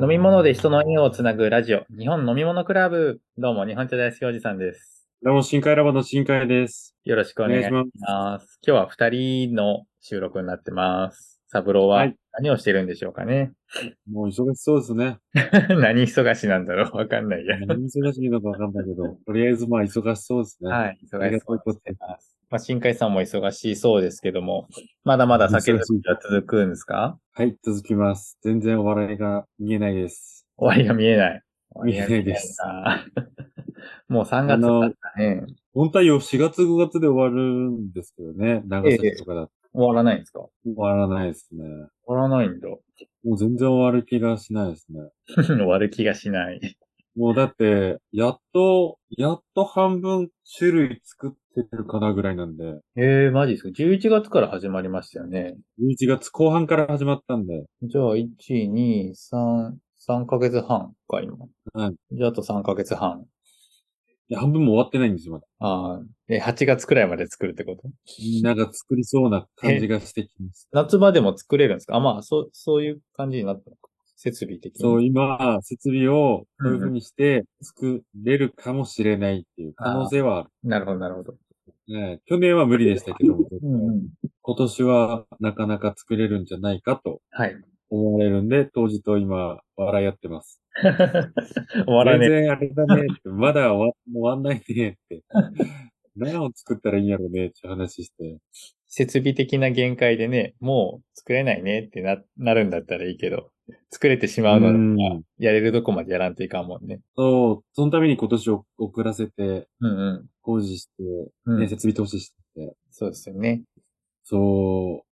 飲み物で人の縁をつなぐラジオ、日本飲み物クラブ。どうも、日本茶大好きおじさんです。 どうも、深海ラボの深海です。 よろしくおお願いし願いします。 ます。今日は二人の収録になってます。サブローははい。 何をしてるんでしょうかね。 もう忙しそうですね。 何忙しなんだろうわかんないや。 何忙しいのかわかんないけど、とりあえずまあ忙しそうですね。 はい、 ありが忙しそうにしてたいことで。 ます。新海さんも忙しそうですけども、まだまだ酒造忙しい。 りは続くんですか？ はい、続きます。全然お笑いが見えないです。 終わりが見えない。終わり見えが見えないです。 ないか。もう3月だっあの、 たね。 本体を4月5月で終わるんですけどね。長ええ、 崎とかだと終わらないんですか？ 終わらないですね。 終わらないんだ。 もう全然終わる気がしないですね。 終わる気がしない。 もうだって、やっと半分種類作ってるかなぐらいなんで、 マジですか？ 11 月から始まりましたよね。 11月後半から始まったんで、 じゃあ、1、2、3、3ヶ月半か、今。 はい。 じゃあ、あと3ヶ月半。 いや、半分も終わってないんですよ、まだ。 ああ、8月くらいまで作るってこと？ なんか作りそうな感え、 じがしてきます。 夏場でも作れるんですか？あ、まあ、そういう感じになったのか。設備的に。 そう、今、設備をこういう風うんうん。 にして作れるかもしれないっていう可能ああ、 性はあなるほど、なるほど。 る。ね、去年は無理でしたけども、絶対。 うんうん。 今年はなかなか作れるんじゃないかとはい。 思われるんで、当時と今、笑い合ってます。 終わらね全然あれだねって、まだ終わんないねって。何を作ったらいいんやろうねって話して。 設備的な限界でね、もう作れないねってなるんだったらいいけど、作れてしまうーうのなら、 ん。 やれるとこまでやらんといかんもんね。 そう、そのために今年を遅らせて、 うんうん。 工事して、ね、 うん。 設備投資してて、 そうですよね。 そ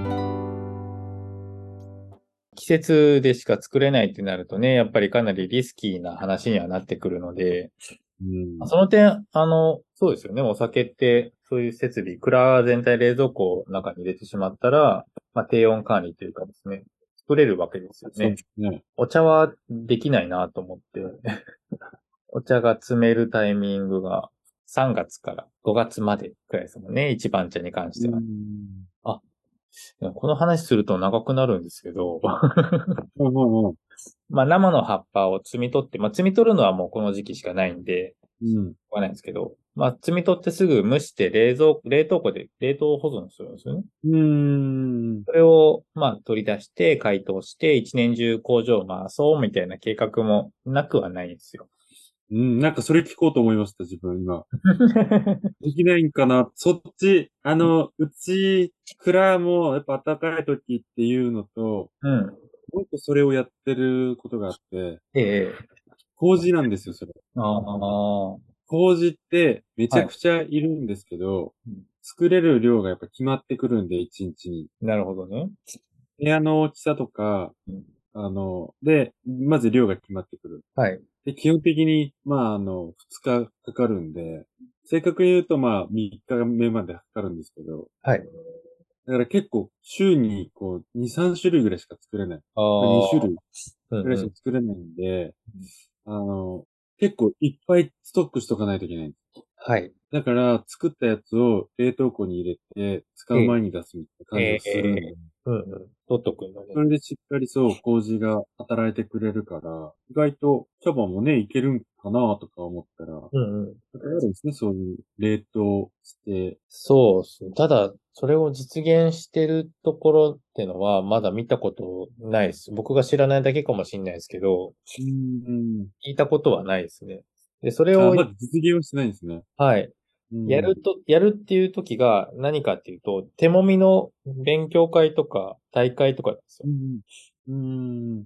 季節でしか作れないってなるとね、やっぱりかなりリスキーな話にはなってくるので、 う、うん、 その点、そうですよね。お酒って、そういう設備、蔵全体冷蔵庫の中に入れてしまったら、まあ、低温管理というかですね、作れるわけですよね。 そうですね。 お茶はできないなと思って、お茶が詰めるタイミングが3月から5月までくらいですもんね。一番茶に関しうては。 ん。 あ、この話すると長くなるんですけど、 うんうんうん。 まあ生の葉っぱを摘み取って、まあ摘み取るのはもうこの時期しかないんで、 うん。 わないんですけど、まあ摘み取ってすぐ蒸して冷凍庫で冷凍保存するんですよね。 うん。 それを、まあ取り出して解凍して一年中工場を回そうみたいな計画もなくはないんですよ。 うん。なんかそれ聞こうと思いました、自分今。できないんかな。そっち、うち、蔵もやっぱ暖かい時っていうのと、 うん。 もう一個それをやってることがあって、 ええ。 麹なんですよ、それ。 ああ、 麹ってめちはい。 ゃくちゃいるんですけど、 うん、 作れる量がやっぱ決まってくるんで、1日に。 なるほどね。 部屋の大きさとか、 うん、 まず量が決まってくる。 はい。 で、基本的に、2日かかるんで、正確に言うと、3日目までかかるんですけど、 はい。 だから結構、週に、2、3種類ぐらいしか作れない。 あ 2種あ、 類ぐらいしかうんうん。 作れないんで、あの、結構いっぱいストックしとかないといけない。 はい。 だから、作ったやつを冷凍庫に入れて、使うえ前に出すみたいな感じをえ、 するんで、 うんうん。取っとくんだね。 それでしっかりそう、麹が働いてくれるから、意外と茶葉もね、いけるんかなとか思ったら、 うんうん。 あるんですね、そういう冷凍して、 そうそう。ただ、それを実現してるところってのは、まだ見たことないです。僕が知らないだけかもしれないですけど、 うーん、 聞いたことはないですね。で、それあ、 を、 まだ実現はしてないんですね。 はい。 うん、 やるっていう時が何かっていうと、手もみの勉強会とか大会とかなんですよ。 うん、うん、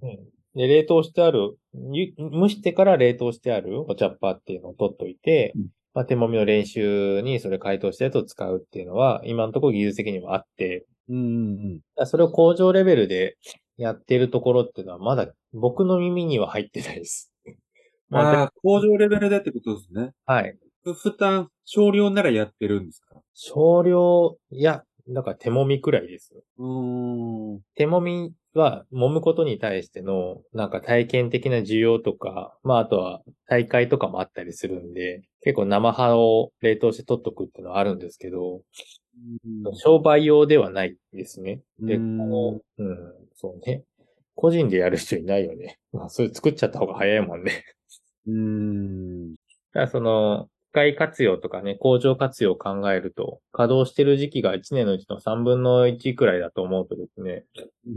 うん。で、冷凍してある、蒸してから冷凍してあるお茶っ葉っていうのを取っといて、 うん、 まあ、手もみの練習にそれ解凍したやつを使うっていうのは、今のところ技術的にもあって、 うん、うん。 だからそれを工場レベルでやってるところっていうのは、まだ僕の耳には入ってないです。まあ、 ああ、工場レベルでってことですね。 はい。 負担、少量ならやってるんですか？ 少量、いや、だから手もみくらいです。 うーん、 手もみは揉むことに対しての、なんか体験的な需要とか、まああとは大会とかもあったりするんで、結構生葉を冷凍して取っとくっていうのはあるんですけど、 うん、 商売用ではないですね。 うで、 ん、 うん、そうね。 個人でやる人いないよね。まあ、それ作っちゃった方が早いもんね。 うーん。 ただ機械活用とかね、工場活用を考えると、稼働してる時期が1年のうちの3分の1くらいだと思うとですね、 うん。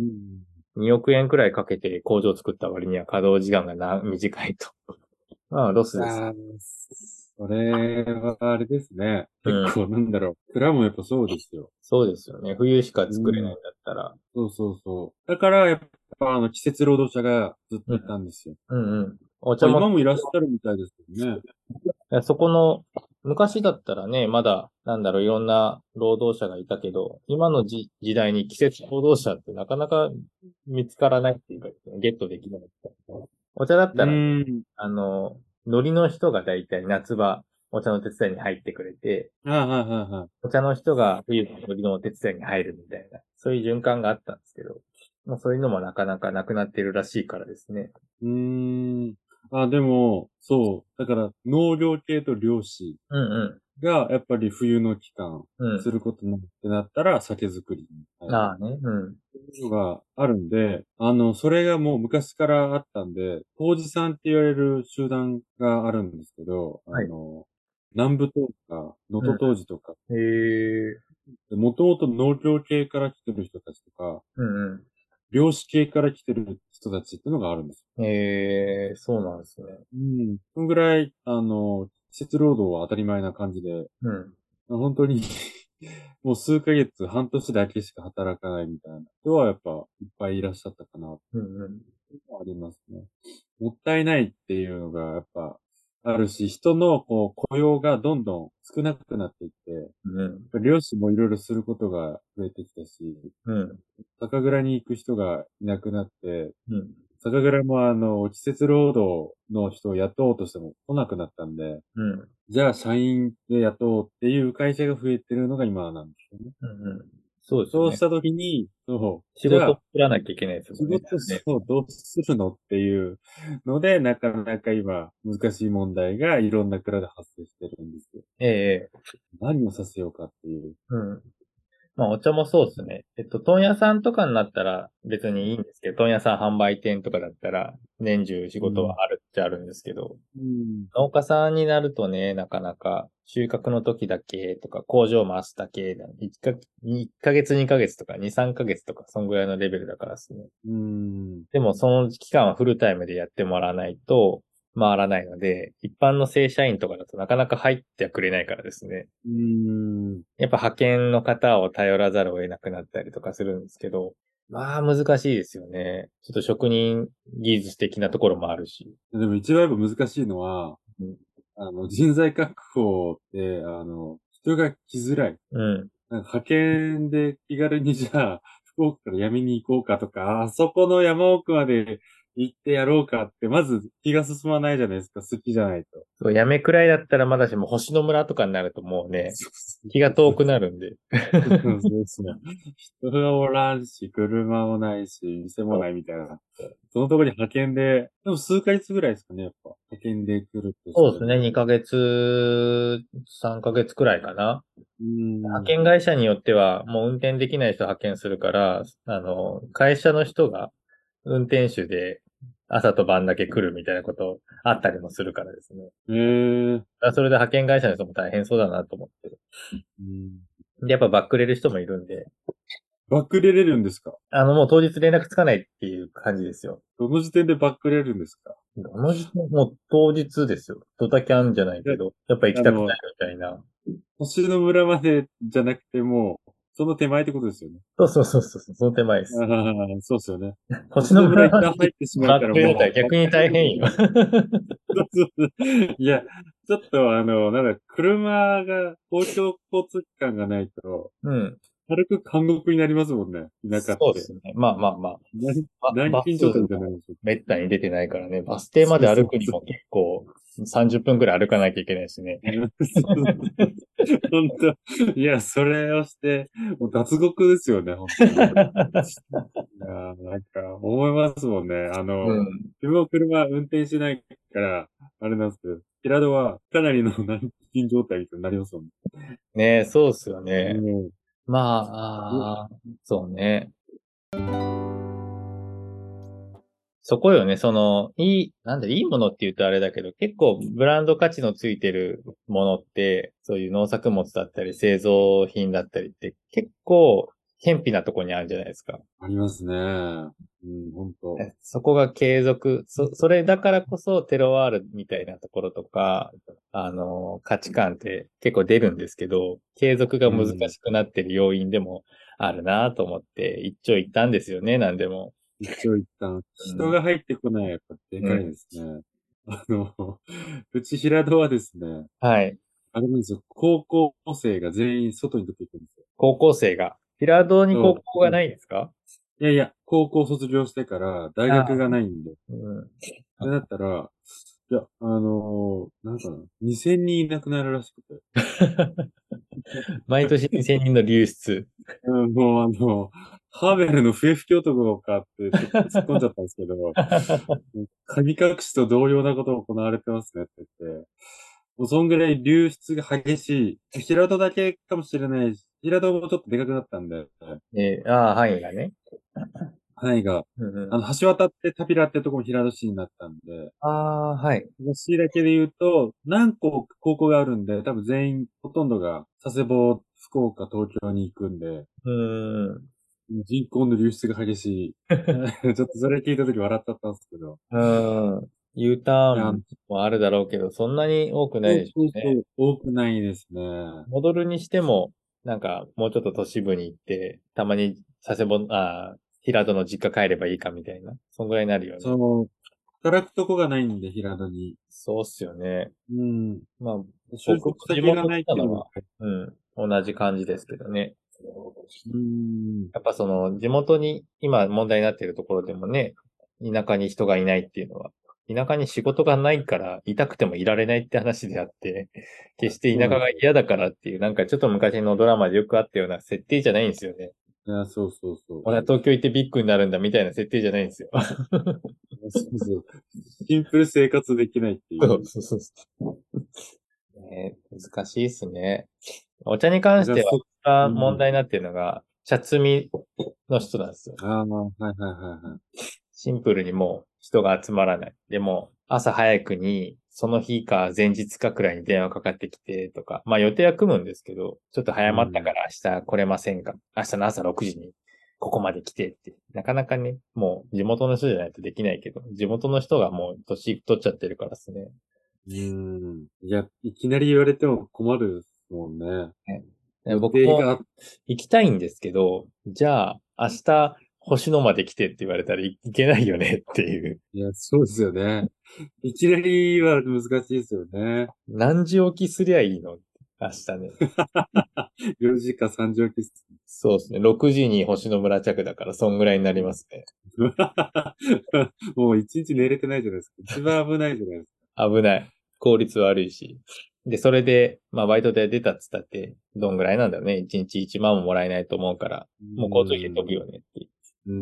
2億円くらいかけて工場を作った割には稼働時間が短いと。まあ、ロスです。 ああ、それはあれですね。 うん。 結構なんだろう。蔵もやっぱそうですよ。 そうですよね。冬しかうん。 作れないんだったら。 そうそうそう。だから、やっぱ季節労働者がずっというん。 たんですよ。 うんうん。お茶まあ、 も、 今もいらっしゃるみたいですけどね。 そこの、昔だったらね、まだ、なんだろう、いろんな労働者がいたけど、今の時代に季節労働者ってなかなか見つからないっていうか、ゲットできない。お茶だっうたらね、 ーん。 海苔の人がだいたい夏場、お茶の手伝いに入ってくれて、 はいはいはいはい。 お茶の人が冬の海苔のお手伝いに入るみたいな、そういう循環があったんですけど、もうそういうのもなかなかなくなってるらしいからですね。 うーん。あ、でも、そう。だから農業系と漁師うんがやっぱり冬の期間うん。 することになってなったら酒造りにうん。 入る。 ああね。うん。 いうのがあるんで、それがもう昔からあったんで、杜氏さんって言われる集団があるんですけど、 はい。 南部とか、能登うん。 杜氏とか、 へえ。 もともと農業系から来てる人たちとか、 うん漁師系から来てる人たちっていうのがあるんですうん。へえ、そうなんですね。 よ。うん。そのぐらい、季節労働は当たり前な感じで、 うん。 本当にもう数ヶ月、半年だけしか働かないみたいな人はやっぱいっぱいいらっしゃったかな、 うんうん。 ありますね。もったいないっていうのがやっぱあるし、人のこう雇用がどんどん少なくなっていって、 うん。 漁師もいろいろすることが増えてきたし、 うん。 酒蔵に行く人がいなくなって、 うん。 酒蔵も季節労働の人を雇おうとしても来なくなったんで、 うん。 じゃあ社員で雇おうっていう会社が増えてるのが今なんですよね。 うんうん。そうですよね。 そうしたときに、そう、 仕じゃあ事を作らなきゃいけないですもんね。 仕事、 ね。 そう、どうするのっていうので、なかなか今、難しい問題がいろんな蔵で発生してるんですよ。 ええ、ええ。 何をさせようかっていう。 うん。まあ、お茶もそうですね。問屋さんとかになったら別にいいんですけど、問屋さん販売店とかだったら年中仕うん。 事はあるっちゃあるんですけど、 うん。 農家さんになるとね、なかなか収穫の時だけとか工場回すだけ、1ヶ月2ヶ月とか2、3ヶ月とか、そんぐらいのレベルだからですね。 うん。 でもその期間はフルタイムでやってもらわないと回らないので、一般の正社員とかだとなかなか入ってはくれないからですね。 うん。 やっぱ派遣の方を頼らざるを得なくなったりとかするんですけど、まあ難しいですよね。ちょっと職人技術的なところもあるし。 でも一番やっぱ難しいのは、 うん。 人材確保って、人が来づらい。 うん。 なんか派遣で気軽にじゃあ、福岡から辞めに行こうかとか、あそこの山奥まで行ってやろうかって、まず気が進まないじゃないですか、好きじゃないと。 そう、やめくらいだったらまだしも星の村とかになるともうね、 そう気が遠くそうなるんで。 そうそうそう。人がおらんし、車もないし、店もないみたいな。そのところに派遣で、でも数ヶ月ぐらいですかね、やっぱ。派遣で来るとしても。 そうですね、2ヶ月、3ヶ月くらいかな。 うー派ん。 遣会社によってはもう運転できない人派遣するから、会社の人が運転手で朝と晩だけ来るみたいなことあったりもするからですね。 ええそれで派遣会社の人も大変そうだなと思って。 うん。 で、やっぱバックれる人もいるんで、 バックれれるんですか？ もう当日連絡つかないっていう感じですよ。 どの時点でバックれるんですか？ どの時点、もう当日ですよ。ドタキャンじゃないけで、 ど、やっぱ行きあの、 たくないみたいな。 星の村までじゃなくても、その手前ってことですよね。 そう、その手前であす。 あ、そうですよね。 星の星の村一村に旦入ってしまったらバックれるともう、バッ逆に大変よ。 そうそうそういや、ちょっとなんだ、車が、公共交通機関がないと、 うん。 軽く監獄になりますもんね。田舎って。 そうですね。まあまあまあ。 軟バス禁状態みたいになりますよ。 めったに出てないからね。バス停までそうそうそう。 歩くにも結構30分くらい歩かなきゃいけないしね。 本当。いや、それをして、もう脱獄ですよね、本当に。いやなんか、思いますもんね。 うん。 自分は車運転しないから、あれなんですけど、平戸はかなりの軟禁状態になりますもんね。 ね、そうっすよね。 うん。 まあ、そうね。 そこよね、いいものって言うとあれだけど、結構ブランド価値のついてるものって、そういう農作物だったり、製造品だったりって、結構、偏僻なところにあるじゃないですか。 ありますね。うん、本当。 そこが継続、それだからこそテロワールみたいなところとか、価値観って結構出るんですけど、継続が難うん。 しくなってる要因でもあるなと思って、一長一短ですよね、なんでも。 一応一旦、 うん。 人が入ってこない、やっぱでかいでうん。 すね。あの、うち平戸はですね、 はい。 あれなんですよ、高校生が全員外に出ていくんですよ。 高校生が。平戸に高そ校がないんですか？ う。いやいや、高校卒業してから大学ああ。 がないんで。 うん。 ってなったら、いや、なんかな、2000人いなくなるらしくて。 毎年2000人の流出。 うん、もうハーベルの笛吹き男かってちょっと突っ込んじゃったんですけど、神隠しと同様なことが行われてますねって言って、もうそんぐらい流出が激しい。平戸だけかもしれないし、平戸もちょっとでかくなったんで、 範囲がね。 範囲が、 うんうん。 橋渡ってタピラってとこも平戸市になったんで、 ああ、はい。 市だけで言うと、何校高校があるんで、多分全員、ほとんどが佐世保、福岡、東京に行くんで、 うーん。 人口の流出が激しい。ちょっとそれ聞いたとき笑っちゃったんですけど。 うーん。U タいや、 ーンもあるだろうけど、そんなに多くないそうでしょうね。 そうそう、多くないですね。 戻るにしても、なんか、もうちょっと都市部に行って、たまに平戸の実家帰ればいいかみたいな。そんぐらいになるよね。 その、働くとこがないんで、平戸に。 そうっすよね。 うん。 まあ、 就僕も職先が地元ないっていうのも、 来たのは、うん、同じ感じですけどね。 うん。 やっぱその、地元に今問題になっているところでもね、田舎に人がいないっていうのは、田舎に仕事がないからいたくてもいられないって話であって、決して田舎そうなんですよ。 が嫌だからっていう、なんかちょっと昔のドラマでよくあったような設定じゃないんですよね。 いや、そうそうそう。 俺は東京行ってビッグになるんだみたいな設定じゃないんですよ。 そうそう。シンプル生活できないっていう。 そうそうそうそう。ね、難しいですね。お茶に関してだからうは、問ん。 題になっているのが、茶摘みの人なんですよ。 ああ、はいはいはいはい。 シンプルにもう人が集まらない。でも、朝早くに、その日か前日かくらいに電話かかってきてとか、まあ予定は組むんですけど、ちょっと早まったかうん。 ら明日来れませんか？明日の朝6時にここまで来てって。なかなかね、もう地元の人じゃないとできないけど、地元の人がもう年取っちゃってるからですね。 うん。いや、いきなり言われても困るですもんね。 ね、で予僕も定が、 行きたいんですけど、じゃあ明日星野まで来てって言われたらいけないよねっていう。 いや、そうですよね。いきなりは難しいですよね。 何時起きすりゃいいの？明日ね。 4時か3時起きっす。 そうですね。6時に星の村着だから、そんぐらいになりますね。 もう一日寝れてないじゃないですか。一番危ないじゃないですか。 危ない。効率悪いし。で、それで、まあ、バイトで出たっつったって、どんぐらいなんだろうね。1日1万ももらえないと思うから、 うもう交通費飛ん。 ぶよねっていう。 うん。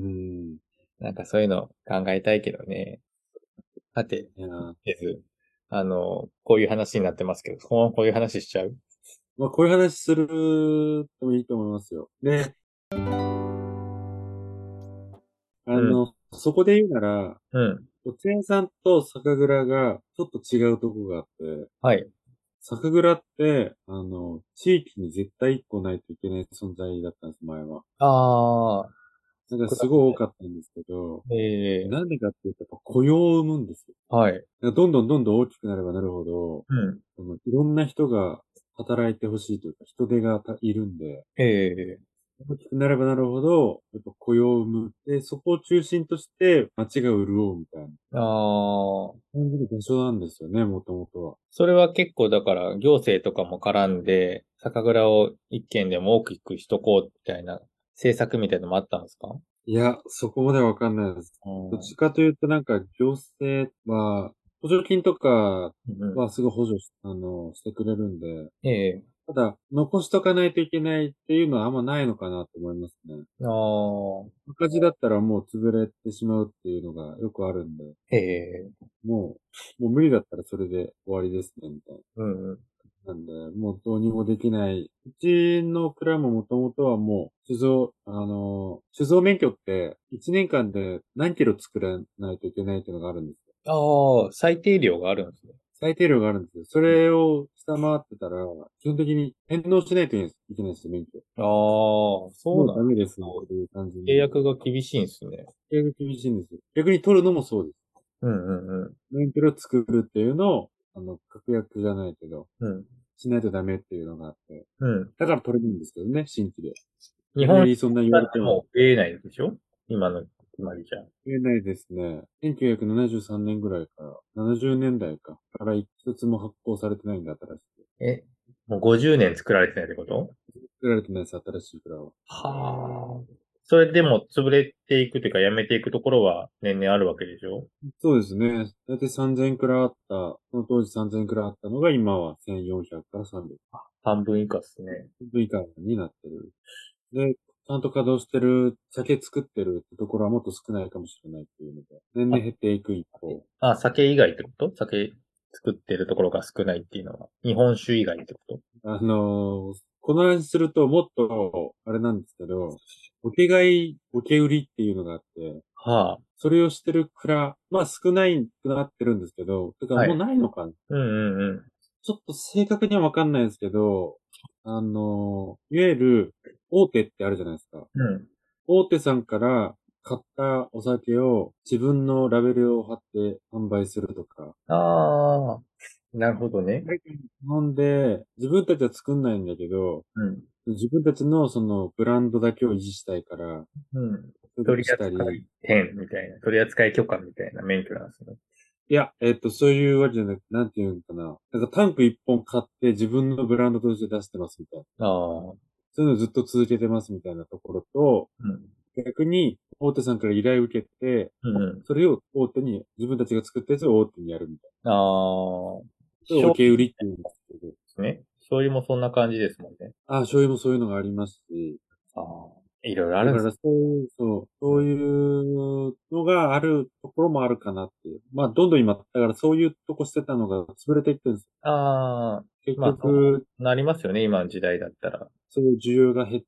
なんかそういうの考えたいけどね。さて、 いや、 こういう話になってますけど、こういう話しちゃう？ まあ、こういう話するともいいと思いますよ。で、 うん、 そこで言うなら、 うん。 お茶屋さんと酒蔵がちょっと違うとこがあって、 はい。 酒蔵って、地域に絶対一個ないといけない存在だったんです、前は。 ああ、 なんかすごい多かったんですけど、 ええ、 なんでかっていうと、やっぱ雇用を生むんですよ。 はい。 だからどんどんどんどん大きくなればなるほど、 うん。 いろんな人が働いてほしいというか、人手がいるんで、 ええ、 大きくなればなるほど、やっぱ雇用を生む。で、そこを中心として街が潤うみたいなああ、 感じの場所なんですよね、もともとは。 それは結構だから行政とかも絡んで、酒蔵を一軒でも多くしとこうみたいな政策みたいなのもあったんですか？ いや、そこまではわかんないです。 うん。 どっちかというと、なんか行政は、補助金とかうん。 はすぐ補助し、してくれるんで、 ええ、 ただ、残しとかないといけないっていうのはあんまないのかなと思いますね。 ああ、 赤字だったらもう潰れてしまうっていうのがよくあるんで、 ええ、 ももう無理だったらそれで終わりですね、みたいなうんうん。 なんで、もうどうにもできない。うちの蔵ももともとはもう、酒造免許って1年間で何キロ作らないといけないっていうのがあるんですよ。 ああ、最低量があるんですね。 最低量があるんですよ。それを下回ってたら、基本的に返納しないといけないんですよ、免許。 ああ、そうなんだ。 もうダメですねっていう感じ契に。 約が厳しいんですね。 逆に厳しいんですよ。逆に取るのもそうです。 うんうんうん。 免許を作るっていうのを、確約じゃないけど、 うん。 しないとダメっていうのがあって。 うん。 だから取れるんですけどね、新規で。 日本無理やりそんな言わだれても。 ともう得ないでしょ今の決まりじゃ。 言えないですね。1973年ぐらいから、70年代から一つも発行されてないんだ、新しく。 え、もう50年作られてないってこと？ 作られてないです、新しい蔵は。 はあ。それでも潰れていくというか、やめていくところは年々あるわけでしょ？ そうですね。だいたい3000蔵あった、その当時3000蔵あったのが今は1400から300。 半分以下ですね。 半分以下になってる。で、ちゃんと稼働してる、酒作ってるってところはもっと少ないかもしれないっていうので、年々減っていく一方。 あ、酒以外ってこと？酒作ってるところが少ないっていうのは。日本酒以外ってこと？ この話するともっと、あれなんですけど、桶買い、桶売りっていうのがあって、 はあ。 それをしてる蔵、まあ少ないくなってるんですけど、だからもうはい。 ないのかな。 うんうんうん。 ちょっと正確にはわかんないですけど、いわゆる大手ってあるじゃないですか。 うん。 大手さんから買ったお酒を自分のラベルを貼って販売するとか。 ああ、なるほどね。 なんで、自分たちは作んないんだけど、 うん。 自分たちのそのブランドだけを維持したいから、 うん。 それを取したり、 扱店みたいな、取扱許可みたいな免許なんですね。 いや、そういうわけじゃなくて、なんていうのかな。なんかタンク一本買って自分のブランドとして出してますみたいな。 ああ、 そういうのをずっと続けてますみたいなところと、 うん。 逆に大手さんから依頼を受けて、 うんうん。 それを大手に、自分たちが作ったやつを大手にやるみたいああ、 な。それを醤油で受け売りっていうんですけど。 すね。醤油もそんな感じですもんね。 あ、醤油もそういうのがありますし、 ああ、いろいろあるんです。 だからそういうのがあるところもあるかなっていう。まあ、どんどん今、だからそういうとこしてたのが潰れていってるんですよ。 ああ、 結まあ、そ局、 うなりますよね、今の時代だったら。 そういう需要が減って、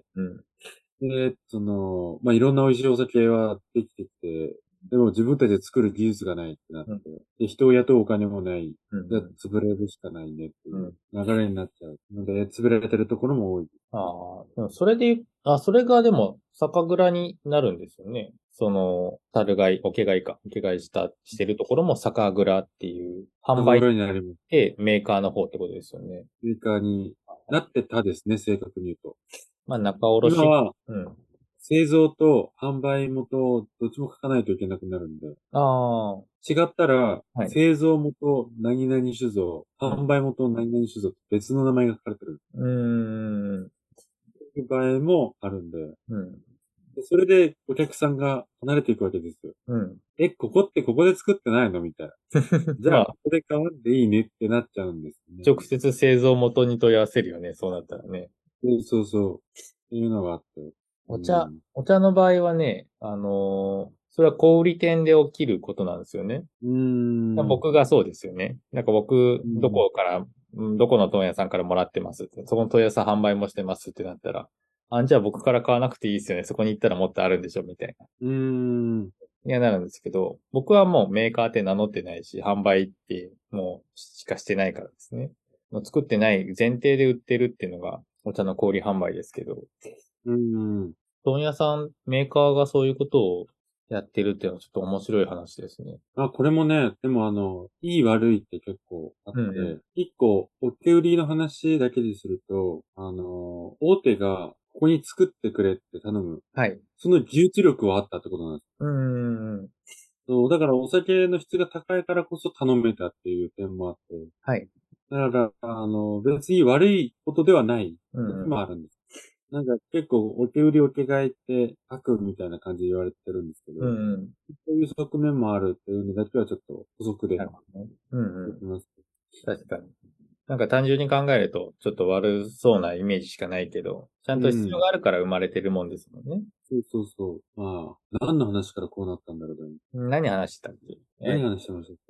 うん。 で、まあ、いろんな美味しいお酒はできてきて、でも自分たちで作る技術がないってなって、 うん。 で、人を雇うお金もない。 うん。 じゃあ潰れるしかないねっていううん。 流れになっちゃう。ので、潰れてるところも多い。 ああ、でもそれでそれがでも酒蔵になるんですよね。その、樽買い、桶買いか。桶買いしてるところも酒蔵っていう、販酒売っ蔵になります。 てメーカーの方ってことですよね。 メーカーになってたですね、正確に言うと。 まあ、仲卸。 今は、 うん。 製造と販売元、どっちも書かないといけなくなるんで、 ああ、は違ったら、 い。 製造元何々酒造、 うん。 販売元何々酒造って別の名前が書かれてる。 うーん。 いう場合もあるんで、 うん。 でそれでお客さんが離れていくわけですよ。 うん。 ここってここで作ってないのみたいな。じゃあ、 まあ、 ここで買わんでいいねってなっちゃうんですね。 直接製造元に問い合わせるよね、そうなったらね。 そうそう。っていうのがあって。うおん。 茶の場合はね、それは小売店で起きることなんですよね。 うーん。 僕がそうですよね。なんか僕、 うん。 どこの問屋さんからもらってますって、そこの問屋さん販売もしてますってなったら、じゃあ僕から買わなくていいですよね。そこに行ったらもっとあるんでしょみたいな。 うーん。 いや、なるんですけど、僕はもうメーカーって名乗ってないし、販売ってもうしかしてないからですね。もう作ってない前提で売ってるっていうのがお茶の小売販売ですけど、 うーん。 問屋さん、メーカーがそういうことをやってるっていうのはちょっと面白い話ですね。 まあ、これもね、でもいい悪いって結構あっうんうて、 ん。 一個、お手売りの話だけですると、大手がここに作ってくれって頼む。 はい。 その技術力はあったってことなんです。 うーん。 そう、だからお酒の質が高いからこそ頼めたっていう点もあって、 はい。 だから、別に悪いことではない時うんうん。 もあるんです。なんか結構、お手売りお手買いって悪みたいな感じで言われてるんですけど、 うんうん。 そういう側面もあるっていうのだけはちょっと補足でなるほどね。うんうん。 言ってます。 確かに。なんか単純に考えると、ちょっと悪そうなイメージしかないけど、ちゃんと必要うん。 があるから生まれてるもんですもんね。 そうそうそう。まあ、何の話からこうなったんだろうね。 何話したっけ？ 何話してましたっけ？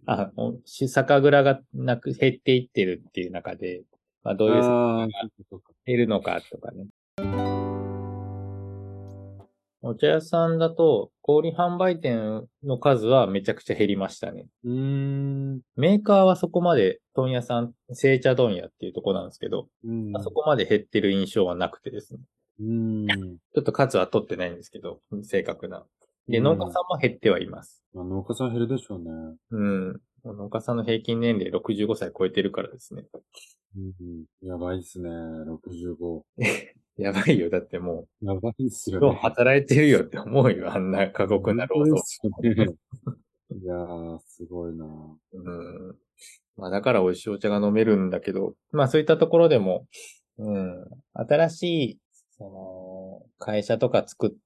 酒蔵が減っていってるっていう中で、まあどういう酒ああ、 蔵がそうか。 減るのかとかね。お茶屋さんだと、小売販売店の数はめちゃくちゃ減りましたね。 うーん、 メーカーはそこまで、問屋さん、製茶問屋っていうところなんですけど、 うん、 そこまで減ってる印象はなくてですね。 うん、 ちょっと数は取ってないんですけど、正確な。で、農家うん。 さんも減ってはいます。 まあ、農家さん減るでしょうね。 うん。農家さんの平均年齢65歳超えてるからですね。 うん、やばいっすね。65。 やばいよ。だってもやばいっすよう、今日ね。 働いてるよって思うよ。あんな過酷な本当労働。 ですよね。いやー、すごいな。 うん。まあだから美味しいお茶が飲めるんだけど、まあそういったところでも、うん、新しい、会社とか作って、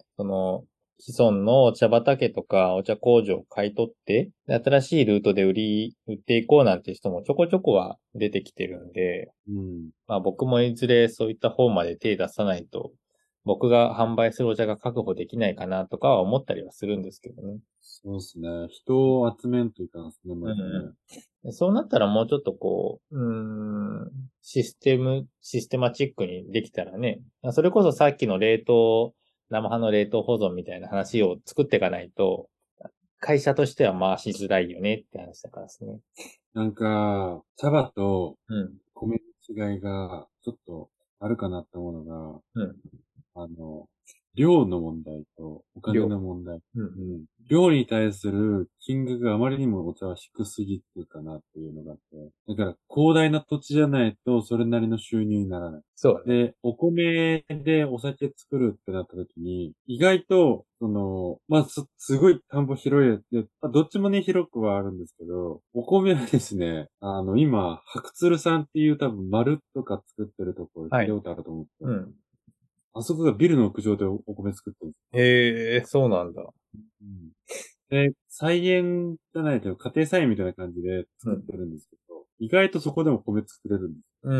既存のお茶畑とかお茶工場を買い取って、で新しいルートで売っていこうなんて人もちょこちょこは出てきてるんで、 うん。 まあ僕もいずれそういった方まで手出さないと、僕が販売するお茶が確保できないかなとかは思ったりはするんですけどね。 そうですね。人を集めんといかんですね、 うんまずね。 うん。そうなったらもうちょっとシステマチックにできたらね、それこそさっきの生葉の冷凍保存みたいな話を作っていかないと、会社としては回しづらいよねって話だからですね。 なんか、茶葉とうん。 米の違いが、ちょっとあるかなって思うのが、 うん。 あの、量の問題とお金量。 の問題。 うん。 うん。量に対する金額があまりにもお茶は低すぎるかなっていうのがあって。だから、広大な土地じゃないと、それなりの収入にならない。 そうね。 で、お米でお酒作るってなった時に、意外と、まあ、すごい田んぼ広いやつで、まあ、どっちもね、広くはあるんですけど、お米はですね、今、白鶴さんっていう多分丸とか作ってるところ聞はい。 いたことあると思うんですよ。 うん。 あそこがビルの屋上でお米作ってるんです。 へえ、そうなんだ。 うん。で、菜園じゃないけど、家庭菜園みたいな感じで作っうん。 てるんですけど、意外とそこでも米作れるんです。 うん。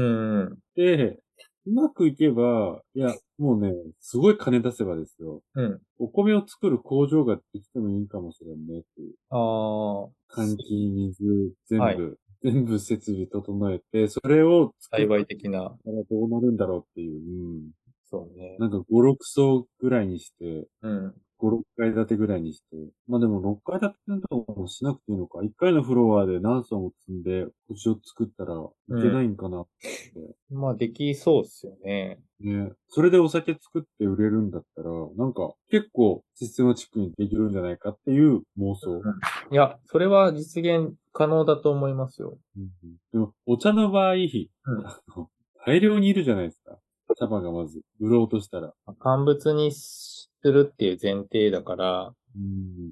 で、うまくいけば、いや、もうね、すごい金出せばですよ。 うん。 お米を作る工場ができてもいいかもしれんねっていう。 ああ、は換気、水、全い。 部、全部設備整えて、それを作っ栽培的な。 たらどうなるんだろうっていう。うん。 そうね。 なんか5、6層ぐらいにして、 うん。 5、6階建てぐらいにして。まあでも6階建てとかもしなくていいのか。1階のフロアで何層も積んで星を作ったらいけうん。 ないんかなって。 まあ、できそうっすよね。 ね。それでお酒作って売れるんだったら、なんか結構システマチックにできるんじゃないかっていう妄想。 いや、それは実現可能だと思いますよ。 うんうん、でも、お茶の場合、 うん。 大量にいるじゃないですか。茶葉がまず、売ろうとしたら。 乾物にするっていう前提だから、 うん。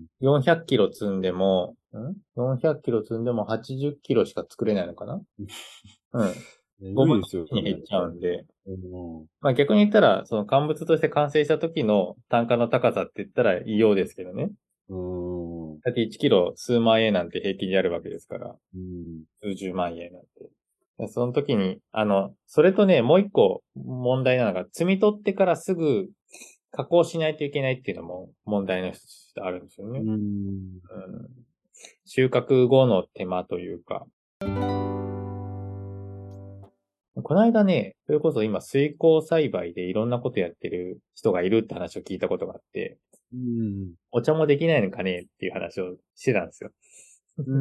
400キロ積んでも、400キロ積んでも80キロしか作れないのかな。うん。5分の無理ですよ 1に減っね。 ちゃうんで。 うん。 まあ逆に言ったら、その乾物として完成した時の単価の高さって言ったら異様ですけどね。 うん。 だって1キロ数万円なんて平均であるわけですから。 うん。 数十万円なんて。その時に、それとね、もう一個問題なのが、摘み取ってからすぐ加工しないといけないっていうのも問題の一つとしてあるんですよね。 うん。 うん、収穫後の手間というか。この間ね、それこそ今水耕栽培でいろんなことやってる人がいるって話を聞いたことがあって、 うん。 お茶もできないのかねっていう話をしてたんですよ。 うん。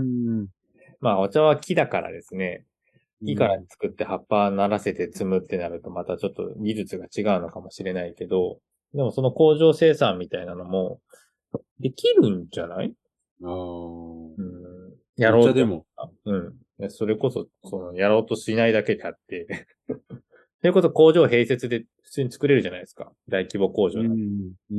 まあお茶は木だからですね、木からうん。 作って葉っぱならせて摘むってなるとまたちょっと技術が違うのかもしれないけど、でもその工場生産みたいなのもできるんじゃない？ ああ。 うん、やおろうと。 茶でも。 うん。それこそ、やろうとしないだけであってそれこそ工場併設で普通に作れるじゃないですか。大規模工う場なんて。 ん。うん。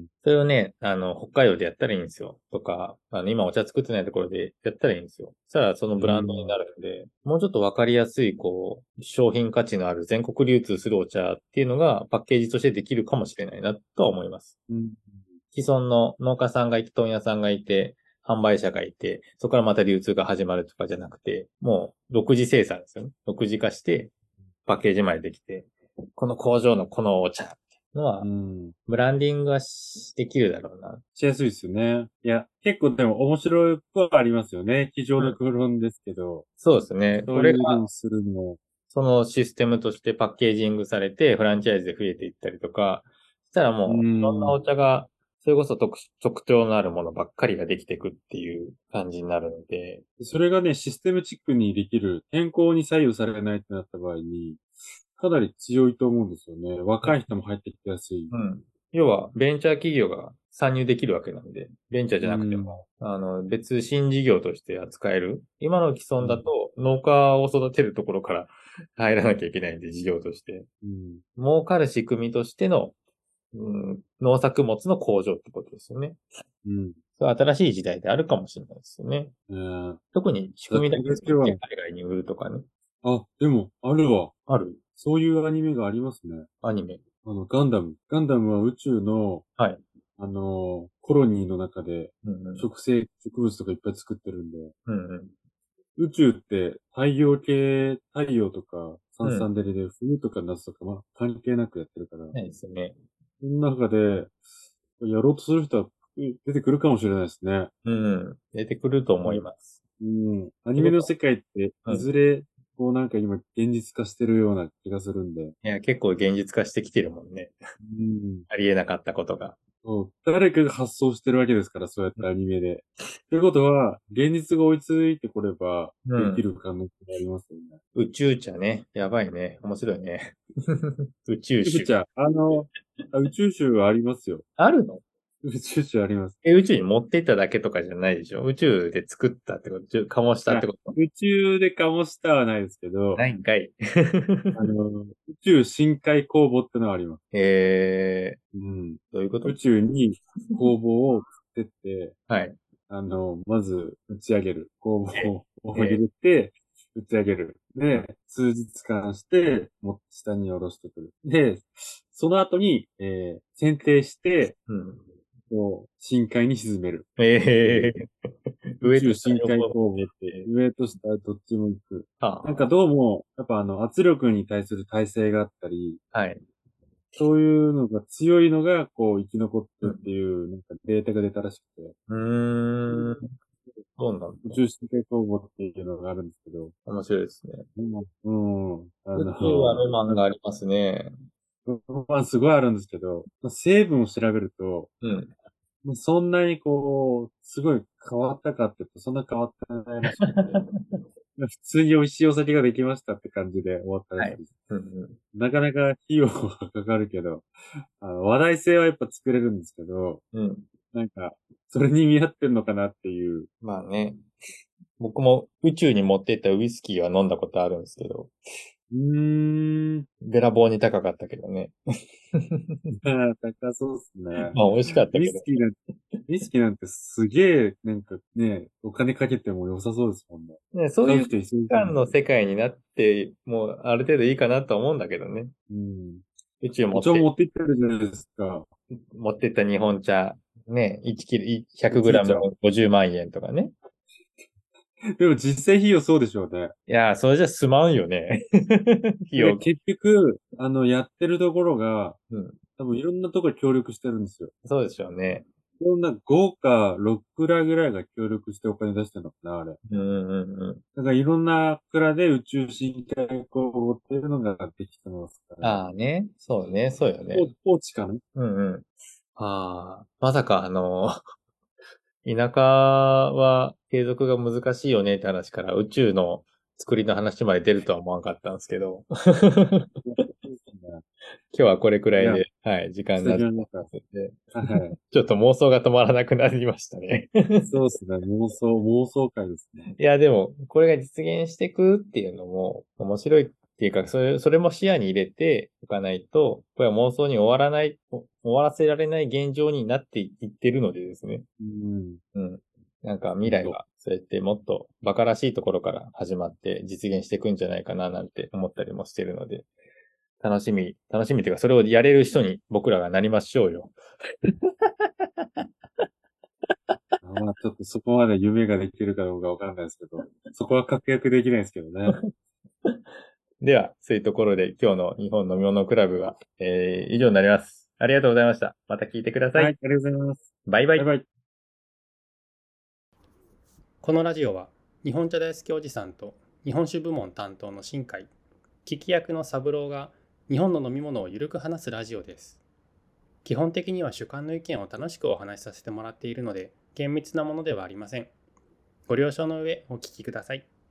それをね、北海道でやったらいいんですよ。とか、今お茶作ってないところでやったらいいんですよ。そしたらそのうブランドになん。 るんで、もうちょっとわかりやすい、商品価値のある全国流通するお茶っていうのがパッケージとしてできるかもしれないなとは思います。 うん。 既存の農家さんがいて、問屋さんがいて、販売者がいて、そこからまた流通が始まるとかじゃなくて、もう独自生産ですよね。独自化して、パッケージまでできて、この工場のこのお茶、 のは、 うん。 ブランディングはできるだろうな。 しやすいですよね。いや、結構でも面白くはありますよね。机上うん。 の空論ですけど、 そうですね。 そうこれが、 いうのをするの。 そのシステムとしてパッケージングされて、フランチャイズで増えていったりとか、したらうもう、いろんなん。 お茶が、それこそ特徴のあるものばっかりができていくっていう感じになるので、 それがね、システムチックにできる、天候に左右されないってなった場合に、かなり強いと思うんですよね。若い人も入ってきやすい。 うん。要は、ベンチャー企業が参入できるわけなんで、ベンチャーじうゃなくてん。 も、別新事業として扱える。今の既存だうん。 と、農家を育てるところから入らなきゃいけないんで、事業として。 うん。 儲かる仕組みとしての、農作物の工場ってことですよね。 うん。 それは新しい時代であるかもしれないですよね。 えー、 特に仕ざっ組みだけくりけは、 作って海外に売るとかね。 あ、でも、あるわ。 あるそういうアニメがありますね。 アニメ。 ガンダム。ガンダムは宇宙の、 はい。 コロニーの中で、 うんうん。 植物とかいっぱい作ってるんで、 うんうん。 宇宙って太陽とか、さんうん。 さんデリで、冬とか夏とか、まあ、関係なくやってるから、 ないですね。 その中で、やろうとする人は出てくるかもしれないですね。 うん。出てくると思いうん。 ます。 うん。アニメのってこと世界って、 は、 いうん。 ずれ、こうなんか今、現実化してるような気がするんで。 いや、結構現実化してきてるもんね。 うん。 ありえなかったことが。 そう。誰かが発想してるわけですから、そうやってアニメで。ということは、現実が追いついてこれば、できうん。 る可能性がありますよね。 宇宙茶ね。やばいね。面白いね。宇宙酒。 宇宙じゃ、宇宙集ありますよ。 あるの？ 宇宙集あります。 宇宙に持っていっただけとかじゃないでしょ？宇宙で作ったってこと、醸したいや、 ってこと？ 宇宙で醸したはないですけど、 ないんかい。 宇宙深海公募ってのはあります。うん。 どういうこ宇と？ 宙に工房を作ってって、 はい。 まず打ち上げる。工房を入えれて、打ち上げる。で、数日間して、もう下に下ろしてくる。で、その後に、選定して、 うん。 こう、深海に沈めるっていう。 え宇宙上と下深海両方。 工房って、上と下どっちも行く。なんかはどうも、やっぱ圧力に対する耐性があったり、 あ、はい。 そういうのが強いのが、こう、生き残ってってういう、なんかデータが出たらしくて、 ん。そうなんだ。 宇宙深海工房っていうのがあるんですけど、 面白いですね。 うん。 宇宙はロマンがありますね。 まあ、すごいあるんですけど、まあ成分を調べると、 うん。 まあそんなにこう、すごい変わったかっていうと、そんな変わってないらしくて、まあ普通に美味しいお酒ができましたって感じで終わったらはい。 しいです。 うんうなかなか費用がかかるけど、話題性はやっぱ作れるんですけど、 ん。うん。 なんか、それに見合ってるのかなっていう。 まあね。僕も宇宙に持ってったウイスキーは飲んだことあるんですけど、 うーん。 べらぼうに高かったけどね。 高そうっすね。 まあ美味しかったけど。 ウイスキーなんて、ウイスキーなんてすげえ、なんかね、お金かけても良さそうですもんね。 ね、そういう買う人いそうですもんね。 期間の世界になって、もうある程度いいかなと思うんだけどね。 うん。 宇宙お持って、 茶も持って行ってるじゃないですか。 持ってった日本茶、ね、1キロ、 宇宙茶。 100グラム50万円とかね。 でも実際費用そうでしょうね。 いやー、それじゃ済まんよね。費用。 結局、やってるところが、 うん。 多分いろんなところ協力してるんですよ。 そうでしょうね。 いろんな豪華6蔵ぐらいが協力してお金出してるのかな、あれ。 うんうんうん。 だからいろんな蔵で宇宙深海工房っていうのができてますから。 ああね。そうね。そうよね。 高知かな。 うんうん。ああ、まさか田舎は継続が難しいよねって話から宇宙の作りの話まで出るとは思わなかったんですけど。今日はこれくらいや、 いで、はい、時間に素なって敵な中。 ますんで、 はい。 ちょっと妄想が止まらなくなりましたね。 そうですね。妄想会ですね。 いや、でも、これが実現していくっていうのも面白いっていうか、それも視野に入れておかないと、これは妄想に終わらせられない現状になっていってるのでですね。 うん。 うん。なんか未本当。 来は、そうやってもっと馬鹿らしいところから始まって実現していくんじゃないかななんて思ったりもしてるので、楽しみというか、それをやれる人に僕らがなりましょうよ。 まあ、ちょっとそこまで夢ができるかどうかわかんないですけど、そこは確約できないですけどね。 では、そういうところで今日の日本飲み物クラブは、以上になります。 ありがとうございました。また聞いてください。 はい、ありがとうございます。 バイバイ。 バイバイ。 このラジオは日本茶大好きおじさんと日本酒部門担当の新海、聞き役の三郎が日本の飲み物をゆるく話すラジオです。基本的には主観の意見を楽しくお話しさせてもらっているので厳密なものではありません。ご了承の上お聞きください。